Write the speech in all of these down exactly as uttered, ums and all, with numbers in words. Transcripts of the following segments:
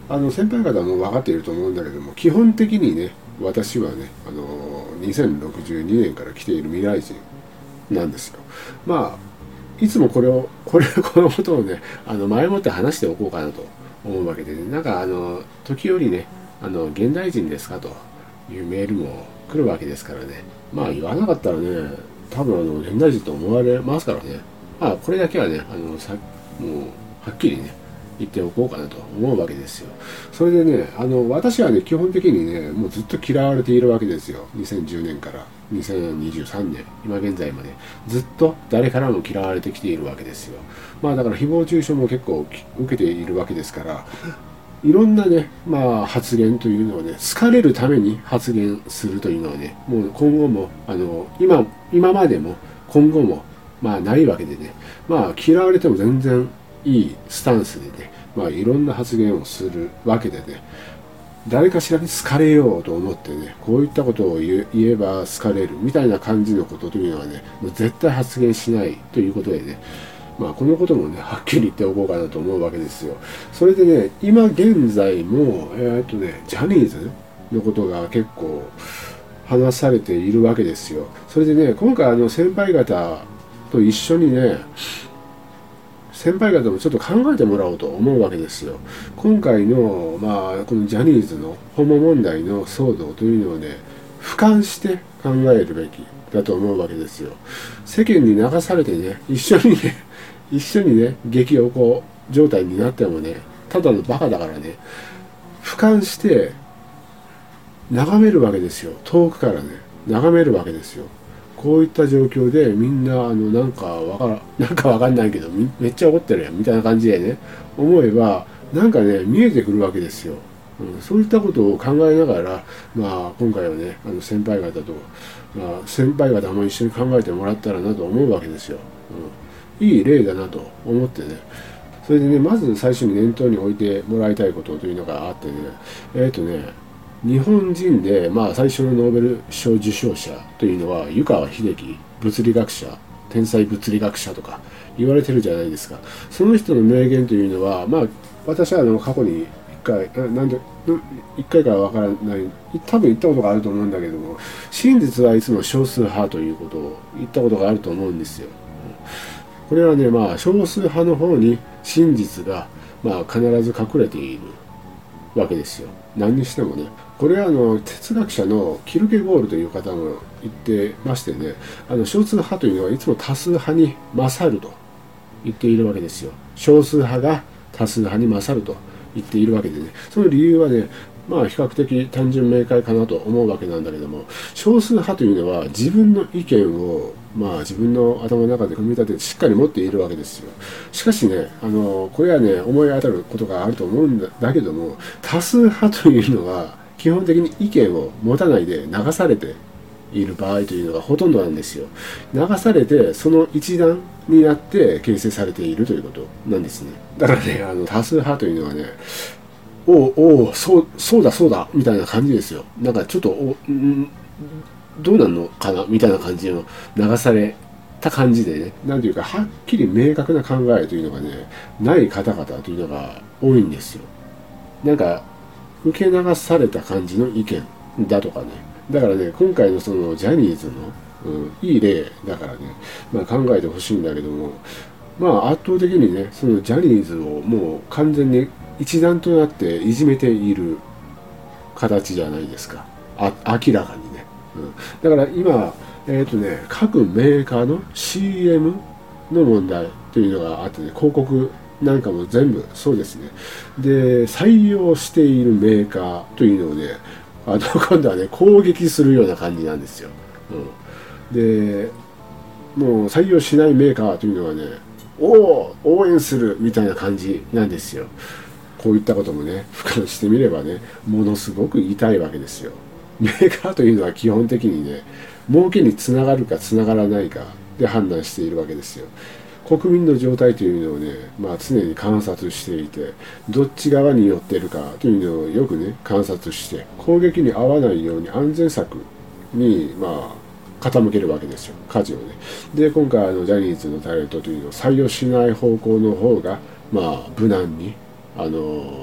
あの先輩方も分かっていると思うんだけども、基本的にね、私はね、あのにせんろくじゅうにねんから来ている未来人なんですよ。まあいつもこれをこれこのことをね、あの前もって話しておこうかなと思うわけでね、なんかあの時折ね、あの現代人ですかというメールも来るわけですからね。まあ言わなかったらね、多分あの現代人と思われますからね。まあこれだけはね、あのさもうはっきりね言っておこうかなと思うわけですよ。それでね、あの私はね、基本的にね、もうずっと嫌われているわけですよ。にせんじゅうねんからにせんにじゅうさんねん、今現在までずっと誰からも嫌われてきているわけですよ。まあだから誹謗中傷も結構受けているわけですから、いろんなね、まあ発言というのをね、好かれるために発言するというのはね、もう今後も、あの、今、今までも今後も、まあないわけでね、まあ嫌われても全然いいスタンスでね、まあいろんな発言をするわけでね、誰かしらに好かれようと思ってね、こういったことを言えば好かれるみたいな感じのことというのはね、もう絶対発言しないということでね、まあこのこともね、はっきり言っておこうかなと思うわけですよ。それでね、今現在も、えー、っとね、ジャニーズのことが結構話されているわけですよ。それでね、今回あの先輩方と一緒にね、先輩方もちょっと考えてもらおうと思うわけですよ。今回の、まあ、このジャニーズのホモ問題の騒動というのをね、俯瞰して考えるべきだと思うわけですよ。世間に流されてね、一緒にね、一緒にね、激おこ状態になってもね、ただのバカだからね、俯瞰して眺めるわけですよ。遠くからね、眺めるわけですよ。こういった状況でみんなあのなんかわからなんかわかんないけどめっちゃ怒ってるやんみたいな感じでね思えばなんかね見えてくるわけですよ。うん、そういったことを考えながら、まあ、今回はねあの先輩方と、まあ、先輩方も一緒に考えてもらったらなと思うわけですよ。うん、いい例だなと思ってね。それでねまず最初に念頭に置いてもらいたいことというのがあってねえっ、ー、とね日本人で、まあ、最初のノーベル賞受賞者というのは湯川秀樹物理学者天才物理学者とか言われてるじゃないですか。その人の名言というのは、まあ、私はあの過去にいっかいなんでいっかいかはわからない多分言ったことがあると思うんだけども、真実はいつも少数派ということを言ったことがあると思うんですよ。これはね、まあ、少数派の方に真実が、まあ、必ず隠れているわけですよ。何にしてもね、これはあの哲学者のキルケゴールという方も言ってましてね、あの少数派というのはいつも多数派に勝ると言っているわけですよ。少数派が多数派に勝ると言っているわけでね、その理由はね、まあ比較的単純明快かなと思うわけなんだけども、少数派というのは自分の意見をまあ自分の頭の中で組み立ててしっかり持っているわけですよ。しかしね、あのこれはね思い当たることがあると思うんだだけども、多数派というのは基本的に意見を持たないで流されている場合というのがほとんどなんですよ。流されてその一団になって形成されているということなんですね。だからね、あの多数派というのはね、おうおうそうそうだそうだみたいな感じですよ。なんかちょっとおんどうなんのかなみたいな感じの流された感じでね、なんていうかはっきり明確な考えというのがねない方々というのが多いんですよ。なんか受け流された感じの意見だとかね。だからね、今回のそのジャニーズの、うん、いい例だからね、まあ、考えてほしいんだけども、まあ圧倒的にねそのジャニーズをもう完全に一段となっていじめている形じゃないですか。あ明らかにね、うん、だから今えっ、ー、とね各メーカーの シーエム の問題というのがあってね、広告なんかも全部そうですね。で採用しているメーカーというのをねあの今度はね攻撃するような感じなんですよ。うん、でもう採用しないメーカーというのはねおお応援するみたいな感じなんですよ。こういったこともね俯瞰してみればねものすごく痛いわけですよ。メーカーというのは基本的にね儲けにつながるかつながらないかで判断しているわけですよ。国民の状態というのをね、まあ、常に観察していてどっち側に寄っているかというのをよくね観察して攻撃に遭わないように安全策にまあ傾けるわけですよ、舵をね。で今回あのジャニーズのタレントというのを採用しない方向の方がまあ無難にあの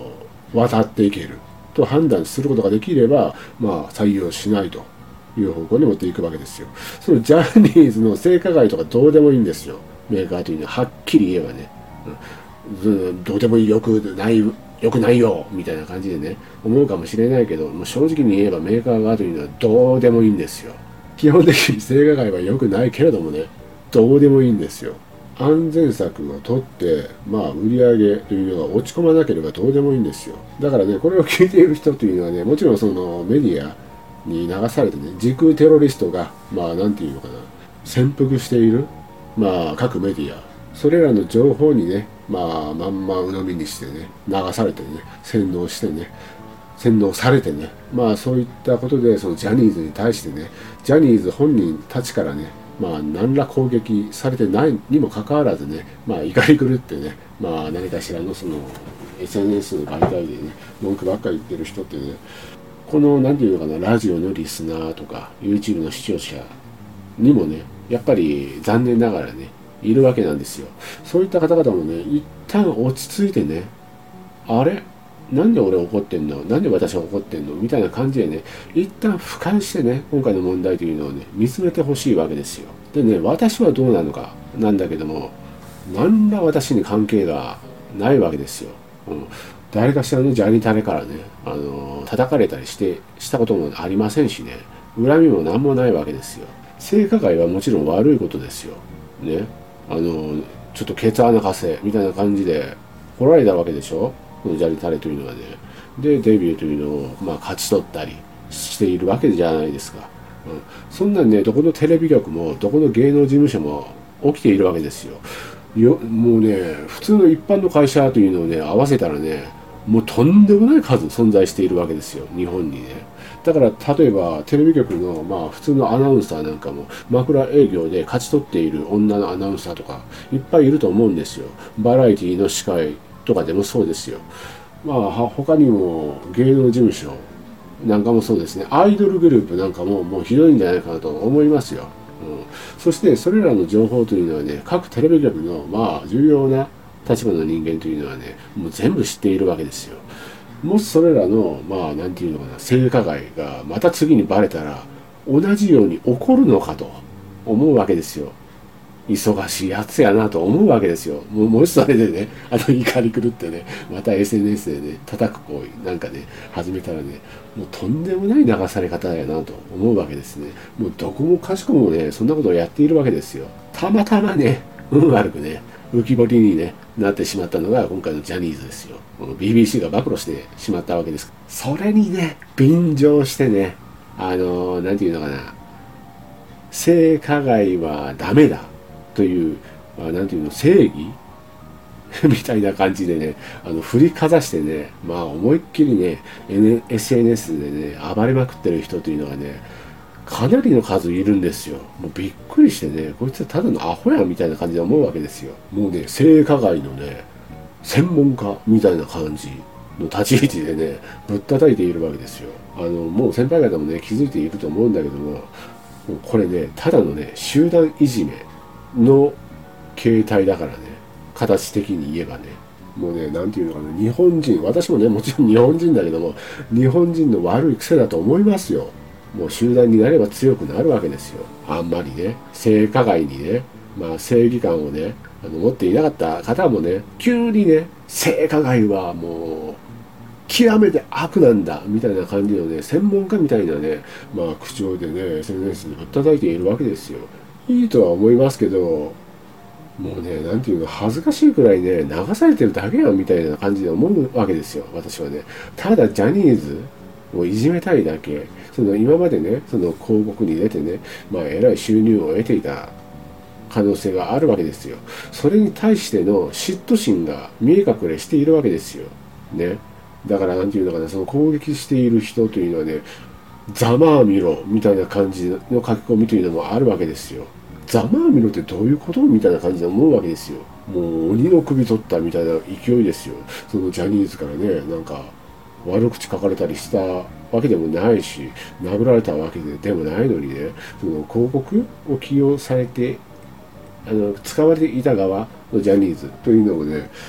渡っていけると判断することができれば、まあ採用しないという方向に持っていくわけですよ。そのジャニーズの性加害とかどうでもいいんですよ。メーカーというのははっきり言えばね、うん、どうでもいい、よくないよくないよみたいな感じでね思うかもしれないけど、もう正直に言えばメーカー側というのはどうでもいいんですよ。基本的に性加害は良くないけれどもね、どうでもいいんですよ。安全策を取って、まあ、売り上げというのが落ち込まなければどうでもいいんですよ。だからね、これを聞いている人というのはね、もちろんそのメディアに流されてね、時空テロリストが、まあ、なんていうのかな、潜伏している、まあ、各メディア、それらの情報にね、まあ、まんま鵜呑みにしてね、流されてね、洗脳してね、洗脳されてね、まあそういったことでそのジャニーズに対してね、ジャニーズ本人たちからね、まあ何ら攻撃されてないにもかかわらずね、まあ怒り狂ってね、まあ何かしらのその エスエヌエス の媒体でね、文句ばっかり言ってる人ってね、この何て言うのかな、ラジオのリスナーとか YouTube の視聴者にもね、やっぱり残念ながらね、いるわけなんですよ。そういった方々もね、一旦落ち着いてね、あれなんで俺怒ってんの、なんで私は怒ってんのみたいな感じでね、一旦俯瞰してね、今回の問題というのをね、見つめてほしいわけですよ。でね、私はどうなのかなんだけども、何ら私に関係がないわけですよ。うん、誰かしらのジャニタレからね、あの叩かれたりしてしたこともありませんしね、恨みも何もないわけですよ。性加害はもちろん悪いことですよ。ね、あのちょっとケツ穴貸せみたいな感じで来られたわけでしょ、このジャニタレというのはね。でデビューというのを、まあ、勝ち取ったりしているわけじゃないですか。うん、そんなんね、どこのテレビ局もどこの芸能事務所も起きているわけですよ。よもうね、普通の一般の会社というのをね合わせたらね、もうとんでもない数存在しているわけですよ、日本にね。だから例えばテレビ局の、まあ、普通のアナウンサーなんかも枕営業で勝ち取っている女のアナウンサーとかいっぱいいると思うんですよ。バラエティの司会とかでもそうですよ。まあ他にも芸能事務所なんかもそうですね。アイドルグループなんかももうひどいんじゃないかなと思いますよ。うん、そしてそれらの情報というのはね、各テレビ局のまあ重要な立場の人間というのはね、もう全部知っているわけですよ。もしそれらのまあなんていうのかな、性加害がまた次にバレたら同じように起こるのかと思うわけですよ。忙しいやつやなと思うわけですよ。もうもしそれでね、あの怒り狂ってね、また エスエヌエス でね、叩く行為なんかね、始めたらね、もうとんでもない流され方やなと思うわけですね。もうどこもかしこもね、そんなことをやっているわけですよ。たまたまね、運悪くね、浮き彫りに、ね、なってしまったのが今回のジャニーズですよ。ビービーシー が暴露してしまったわけです。それにね、便乗してね、あのー、なんていうのかな、性加害はダメだという、まあ、なんていうの、正義みたいな感じでね、あの振りかざしてね、まあ思いっきりね、エスエヌエス でね、暴れまくってる人というのがね、かなりの数いるんですよ。もうびっくりしてね、こいつはただのアホやんみたいな感じで思うわけですよ。もうね、性加害のね、専門家みたいな感じの立ち位置でね、ぶったたいているわけですよ。あの、もう先輩方もね、気づいていると思うんだけども、これね、ただのね、集団いじめの形態だからね、形的に言えばね。もうね、なんていうのかな、日本人、私もね、もちろん日本人だけども、日本人の悪い癖だと思いますよ。もう集団になれば強くなるわけですよ。あんまりね、性加害にね、まあ正義感をね、あの持っていなかった方もね、急にね、性加害はもう、極めて悪なんだみたいな感じのね、専門家みたいなね、まあ口調でね、エスエヌエス にぶったたいているわけですよ。いいとは思いますけど、もうね、なんていうの、恥ずかしいくらいね、流されてるだけやんみたいな感じで思うわけですよ、私はね。ただジャニーズをいじめたいだけ、その今までね、その広告に出てね、まあえらい収入を得ていた可能性があるわけですよ。それに対しての嫉妬心が見え隠れしているわけですよ。ね。だからなんていうのかな、その攻撃している人というのはね、ざまあみろみたいな感じの書き込みというのもあるわけですよ。ざまあみろってどういうことみたいな感じで思うわけですよ。もう鬼の首取ったみたいな勢いですよ。そのジャニーズからね、なんか悪口書かれたりしたわけでもないし、殴られたわけでもないのにね、その広告を起用されて、あの使われていた側のジャニーズというのをね、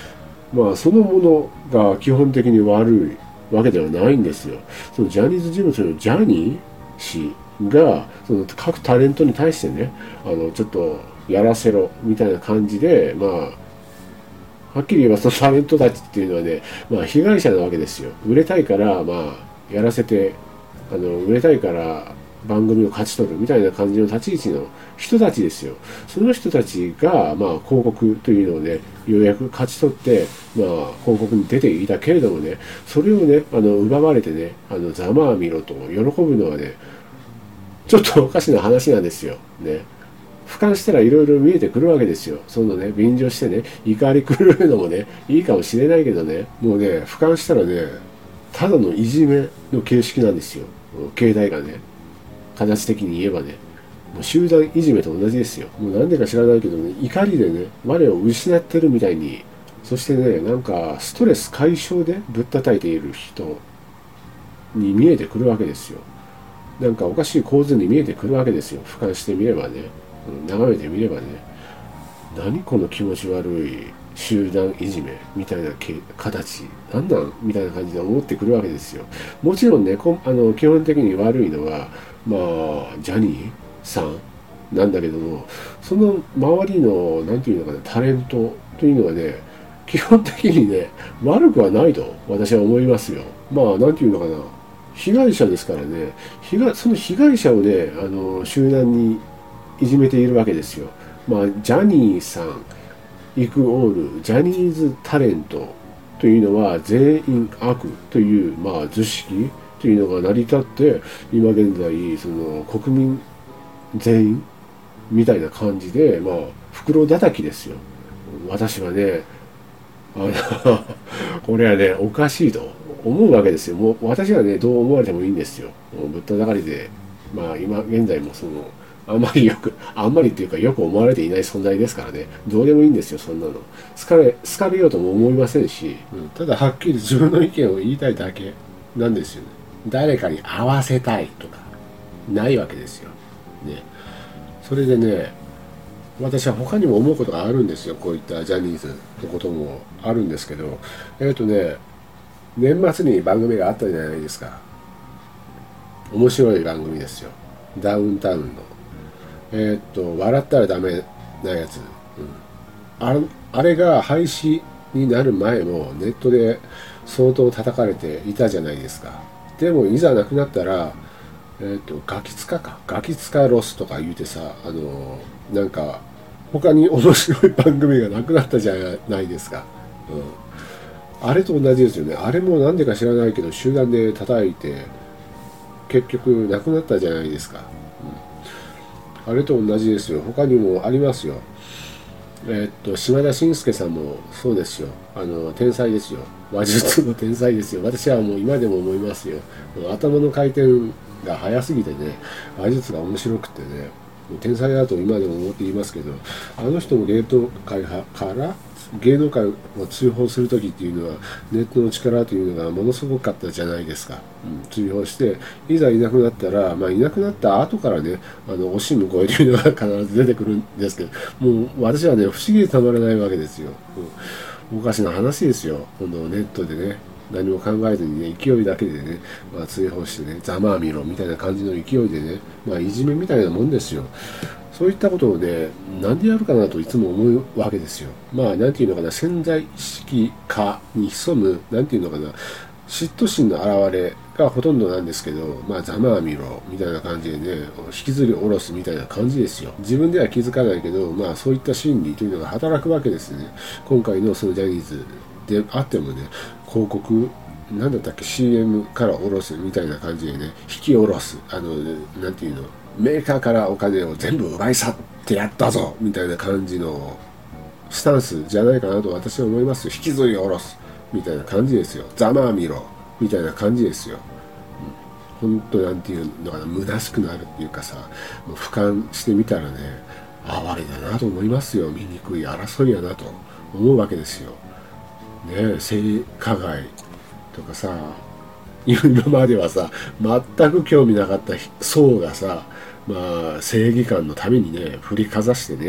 まあそのものが基本的に悪いわけではないんですよ。そのジャニーズ事務所のジャニー氏がその各タレントに対してね、あのちょっとやらせろみたいな感じで、まあはっきり言えばそのタレントたちっていうのはね、まあ被害者なわけですよ。売れたいからまあやらせて、あの売れたいから番組を勝ち取るみたいな感じの立ち位置の人たちですよ。その人たちが、まあ、広告というのをね、ようやく勝ち取って、まあ、広告に出ていたけれどもね、それをね、あの奪われてね、あのざまあみろと喜ぶのはね、ちょっとおかしな話なんですよ。ね。俯瞰したらいろいろ見えてくるわけですよ。そのね、便乗してね、怒り狂うのもね、いいかもしれないけどね、もうね、俯瞰したらね、ただのいじめの形式なんですよ。携帯がね。形的に言えばね、もう集団いじめと同じですよ。もうなんでか知らないけどね、怒りでね、我を失ってるみたいに、そしてね、なんかストレス解消でぶったたいている人に見えてくるわけですよ。なんかおかしい構図に見えてくるわけですよ。俯瞰してみればね、眺めてみればね、何この気持ち悪い集団いじめみたいな形なんなんみたいな感じで思ってくるわけですよ。もちろんね、こあの基本的に悪いのはまあジャニーさんなんだけども、その周りのなんていうのかな、タレントというのはね、基本的にね悪くはないと私は思いますよ。まあなんていうのかな、被害者ですからね、被害その被害者をね、あの集団にいじめているわけですよ。まあジャニーさんイクオールジャニーズタレントというのは全員悪という、まあ、図式というのが成り立って、今現在その国民全員みたいな感じで、まあ袋叩きですよ。私はね、あのこれはねおかしいと思うわけですよ。もう私はねどう思われてもいいんですよ。ぶったたかりで、まあ今現在もそのあんまりよく、あんまりっていうかよく思われていない存在ですからね、どうでもいいんですよ、そんなの。好かれ、好かれようとも思いませんし、うん、ただはっきり自分の意見を言いたいだけなんですよね。誰かに合わせたいとか、ないわけですよ。ね。それでね、私は他にも思うことがあるんですよ。こういったジャニーズのこともあるんですけど、えっとね、年末に番組があったじゃないですか。面白い番組ですよ。ダウンタウンの。えー、っと笑ったらダメなやつ、うん、あれ、あれが廃止になる前もネットで相当叩かれていたじゃないですか。でもいざなくなったら、えー、っとガキ使かガキ使ロスとか言うてさ、あのー、なんか他に面白い番組がなくなったじゃないですか、うん、あれと同じですよね。あれもなんでか知らないけど集団で叩いて結局なくなったじゃないですか。あれと同じですよ。他にもありますよ。えー、っと島田紳介さんもそうですよ。あの天才ですよ。話術の天才ですよ。私はもう今でも思いますよ。頭の回転が速すぎてね、話術が面白くてね、天才だと今でも思っていますけど、あの人も芸能界から芸能界を追放する時っていうのはネットの力というのがものすごかったじゃないですか、うん、追放していざいなくなったら、まあ、いなくなった後からね、あの惜しむ声というのが必ず出てくるんですけど、もう私はね不思議でたまらないわけですよ、うん、おかしな話ですよ。今度ネットでね何も考えずにね勢いだけでね、まあ、追放してねざまあみろみたいな感じの勢いでね、まあ、いじめみたいなもんですよ。そういったことをね、なんでやるかなといつも思うわけですよ。まあ、なんていうのかな、潜在意識下に潜む、なんていうのかな、嫉妬心の表れがほとんどなんですけど、まあ、ざまあみろ、みたいな感じでね、引きずり下ろすみたいな感じですよ。自分では気づかないけど、まあ、そういった心理というのが働くわけですね。今回のそのジャニーズであってもね、広告、なんだったっけ シーエム から下ろすみたいな感じでね、引き下ろす、あの、なんていうの、メーカーからお金を全部奪い去ってやったぞみたいな感じのスタンスじゃないかなと私は思いますよ。引きずり下ろすみたいな感じですよ。ざまあみろみたいな感じですよ。うん、本当なんていうのかな、虚しくなるっていうかさ、もう俯瞰してみたらね、哀れだなと思いますよ。醜い争いやなと思うわけですよ。ねえ、性加害とかさ、今まではさ全く興味なかった層がさ、まあ、正義感のためにね振りかざしてね、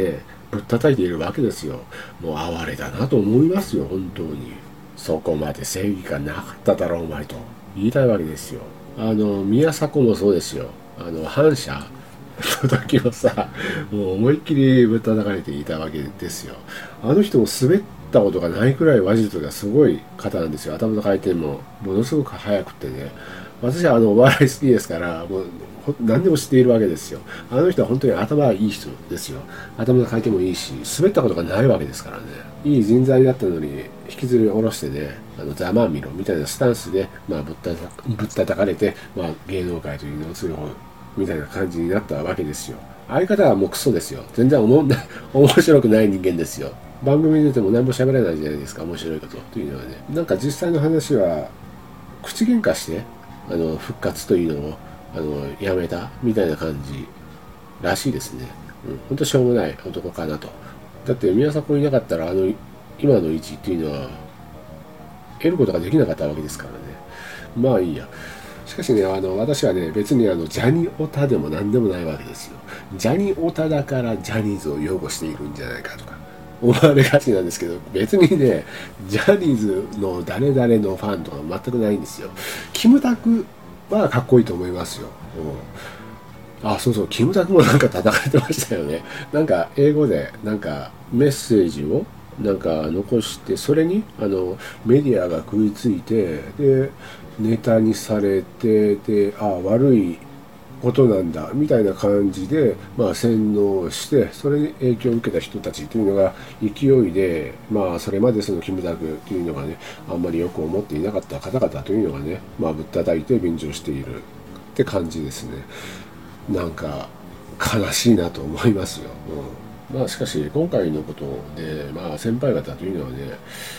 ぶったたいているわけですよ。もう哀れだなと思いますよ、本当に。そこまで正義がなかっただろうお前と言いたいわけですよ。あの宮迫もそうですよ。あの反社の時もさ、もう思いっきりぶったたかれていたわけですよ。あの人も滑ったことがないくらい話術がすごい方なんですよ。頭の回転もものすごく速くてね。私はあのお笑い好きですから、もう何でも知っているわけですよ。あの人は本当に頭がいい人ですよ。頭の回転もいいし、滑ったことがないわけですからね。いい人材だったのに引きずり下ろしてね、あのざまあみろみたいなスタンスで、まあ、ぶったたぶったたかれて、まあ、芸能界というのを通報みたいな感じになったわけですよ。相方はもうクソですよ。全然おもんない面白くない人間ですよ。番組に出ても何も喋らないじゃないですか、面白いことというのはね。なんか実際の話は口喧嘩してあの復活というのをあのやめたみたいな感じらしいですね。うん、本当しょうもない男かなと。だって宮迫いなかったらあの今の位置っていうのは得ることができなかったわけですからね。まあいいや。しかしね、あの私はね、別にあのジャニオタでも何でもないわけですよ。ジャニオタだからジャニーズを擁護しているんじゃないかとか思われがちなんですけど、別にね、ジャニーズの誰々のファンとか全くないんですよ。キムタクはかっこいいと思いますよ。うん、あ、そうそう、キムタクもなんか叩かれてましたよね。なんか英語でなんかメッセージをなんか残して、それにあのメディアが食いついて、でネタにされて、で、あ、悪いことなんだみたいな感じで、まあ、洗脳して、それに影響を受けた人たちというのが勢いで、まあ、それまでそのキムタクというのがね、あんまりよく思っていなかった方々というのがね、まあ、ぶったたいて便乗しているって感じですね。なんか悲しいなと思いますよ。うん、まあしかし今回のことで、まあ、先輩方というのはね、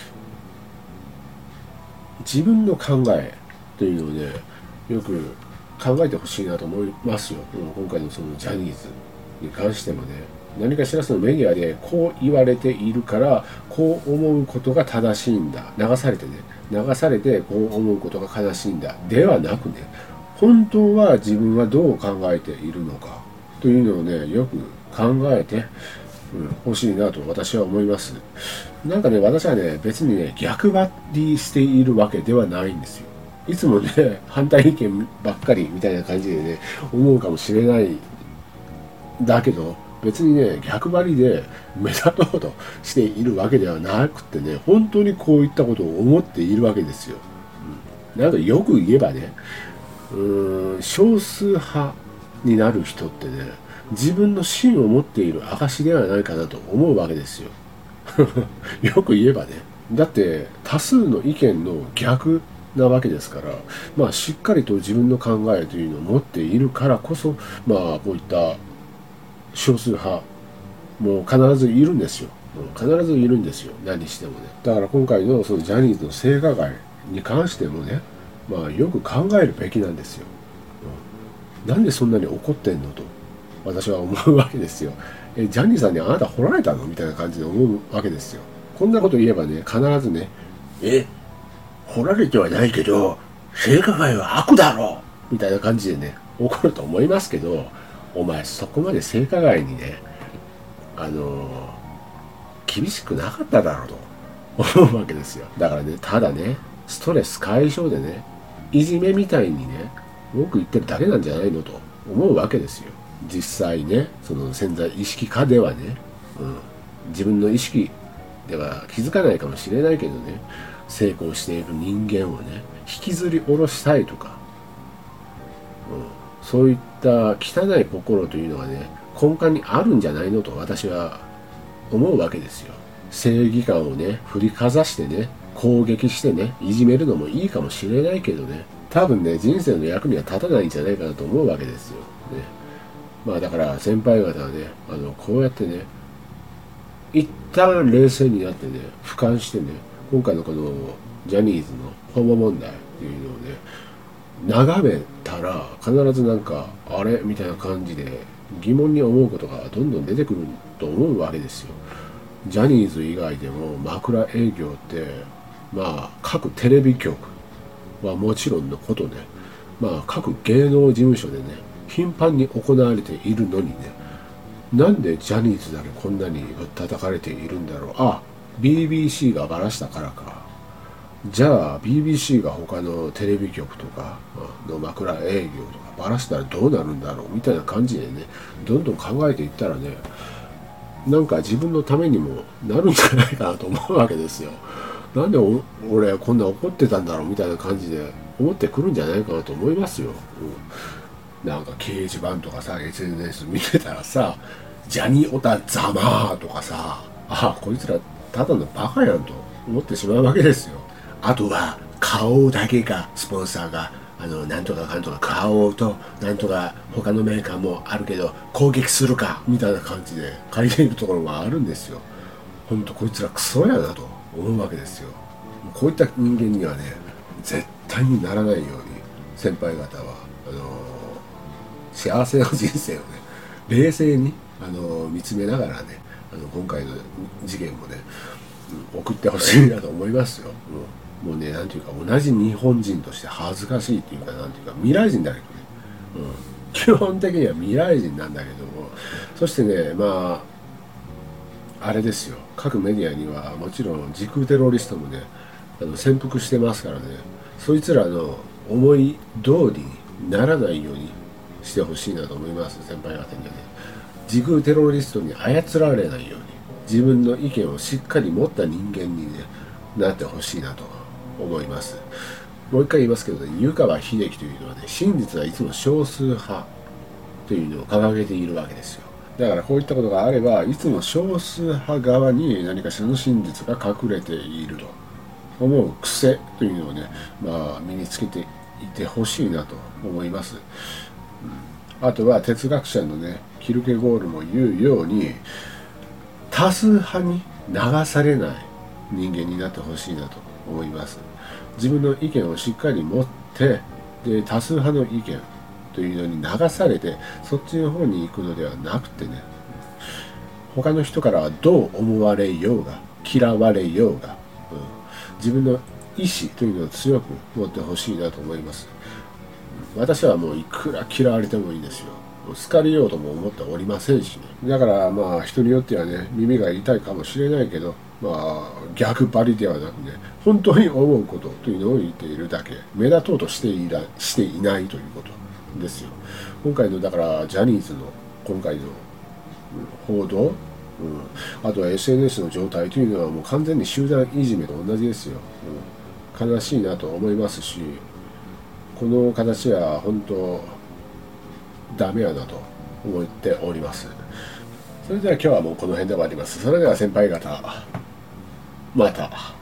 自分の考えというのをね、よく考えてほしいなと思いますよ。うん、今回のそのジャニーズに関してもね、何かしらそのメディアでこう言われているからこう思うことが正しいんだ、流されてね、流されてこう思うことが正しいんだではなくね、本当は自分はどう考えているのかというのをね、よく考えてうん、欲しいなと私は思います。なんかね、私はね、別にね、逆張りしているわけではないんですよ。いつもね、反対意見ばっかりみたいな感じでね、思うかもしれない。だけど、別にね、逆張りで目立とうとしているわけではなくてね、本当にこういったことを思っているわけですよ。うん、なんかよく言えばね、うーん、少数派になる人ってね、自分の芯を持っている証ではないかなと思うわけですよ。よく言えばね。だって多数の意見の逆なわけですから、まあしっかりと自分の考えというのを持っているからこそ、まあこういった少数派も必ずいるんですよ。必ずいるんですよ。何してもね。だから今回のそのジャニーズの性加害に関してもね、まあよく考えるべきなんですよ。うん、なんでそんなに怒ってんのと。私は思うわけですよ。え、ジャニーさんにあなた掘られたのみたいな感じで思うわけですよ。こんなこと言えばね、必ずね、え、掘られてはないけど、性加害は悪だろうみたいな感じでね、怒ると思いますけど、お前そこまで性加害にね、あのー、厳しくなかっただろうと思うわけですよ。だからね、ただね、ストレス解消でね、いじめみたいにね、文句言ってるだけなんじゃないのと思うわけですよ。実際ね、その潜在意識下ではね、うん、自分の意識では気づかないかもしれないけどね、成功している人間をね、引きずり下ろしたいとか、うん、そういった汚い心というのがね、根幹にあるんじゃないのと私は思うわけですよ。正義感をね、振りかざしてね、攻撃してね、いじめるのもいいかもしれないけどね、多分ね、人生の役には立たないんじゃないかなと思うわけですよ。ね、まあだから先輩方はね、あのこうやってね、一旦冷静になってね、俯瞰してね、今回のこのジャニーズのホモ問題っていうのをね、眺めたら必ずなんかあれみたいな感じで疑問に思うことがどんどん出てくると思うわけですよ。ジャニーズ以外でも枕営業ってまあ各テレビ局はもちろんのことね、まあ各芸能事務所でね頻繁に行われているのにね、 なんでジャニーズだけこんなにぶったたかれているんだろう。あ、ビービーシー がバラしたからか。じゃあ ビービーシー が他のテレビ局とかの枕営業とかバラしたらどうなるんだろうみたいな感じでね、どんどん考えていったらね、なんか自分のためにもなるんじゃないかなと思うわけですよ。なんで俺こんな怒ってたんだろうみたいな感じで思ってくるんじゃないかなと思いますよ。うん、なんか掲示板とかさ エスエヌエス 見てたらさ、ジャニオタざまーとかさ、あ、こいつらただのバカやんと思ってしまうわけですよ。あとは顔だけがスポンサーがあのなんとかかんとか顔となんとか他のメーカーもあるけど攻撃するかみたいな感じで書いているところがあるんですよ。ほんとこいつらクソやなと思うわけですよ。こういった人間にはね絶対にならないように先輩方はあの幸せな人生をね冷静にあの見つめながらね、あの今回の事件もね送ってほしいなと思いますよ。もう、もうね、なんていうか同じ日本人として恥ずかしいっていうか、なんていうか未来人だけどね、うん、基本的には未来人なんだけども、そしてね、まああれですよ、各メディアにはもちろん時空テロリストもねあの潜伏してますからね、そいつらの思い通りにならないようにしてほしいなと思います。先輩方にはね、時空テロリストに操られないように自分の意見をしっかり持った人間に、ね、なってほしいなと思います。もう一回言いますけどね、湯川秀樹というのはね、真実はいつも少数派というのを掲げているわけですよ。だからこういったことがあれば、いつも少数派側に何かしらの真実が隠れていると思う癖というのをね、まあ、身につけていてほしいなと思います。うん、あとは哲学者のね、キルケゴールも言うように、多数派に流されない人間になってほしいなと思います。自分の意見をしっかり持って、で多数派の意見というのに流されてそっちの方に行くのではなくてね、他の人からはどう思われようが嫌われようが、うん、自分の意志というのを強く持ってほしいなと思います。私はもういくら嫌われてもいいんですよ。好かれようとも思っておりませんしね。だからまあ人によってはね耳が痛いかもしれないけど、まあ逆張りではなくね、本当に思うことというのを言っているだけ、目立とうとしていなしていないということですよ。今回のだからジャニーズの今回の報道、うん、あとは エスエヌエス の状態というのはもう完全に集団いじめと同じですよ。うん、悲しいなと思いますし、この形は本当ダメやなと思っております。それでは今日はもうこの辺で終わります。それでは先輩方、また。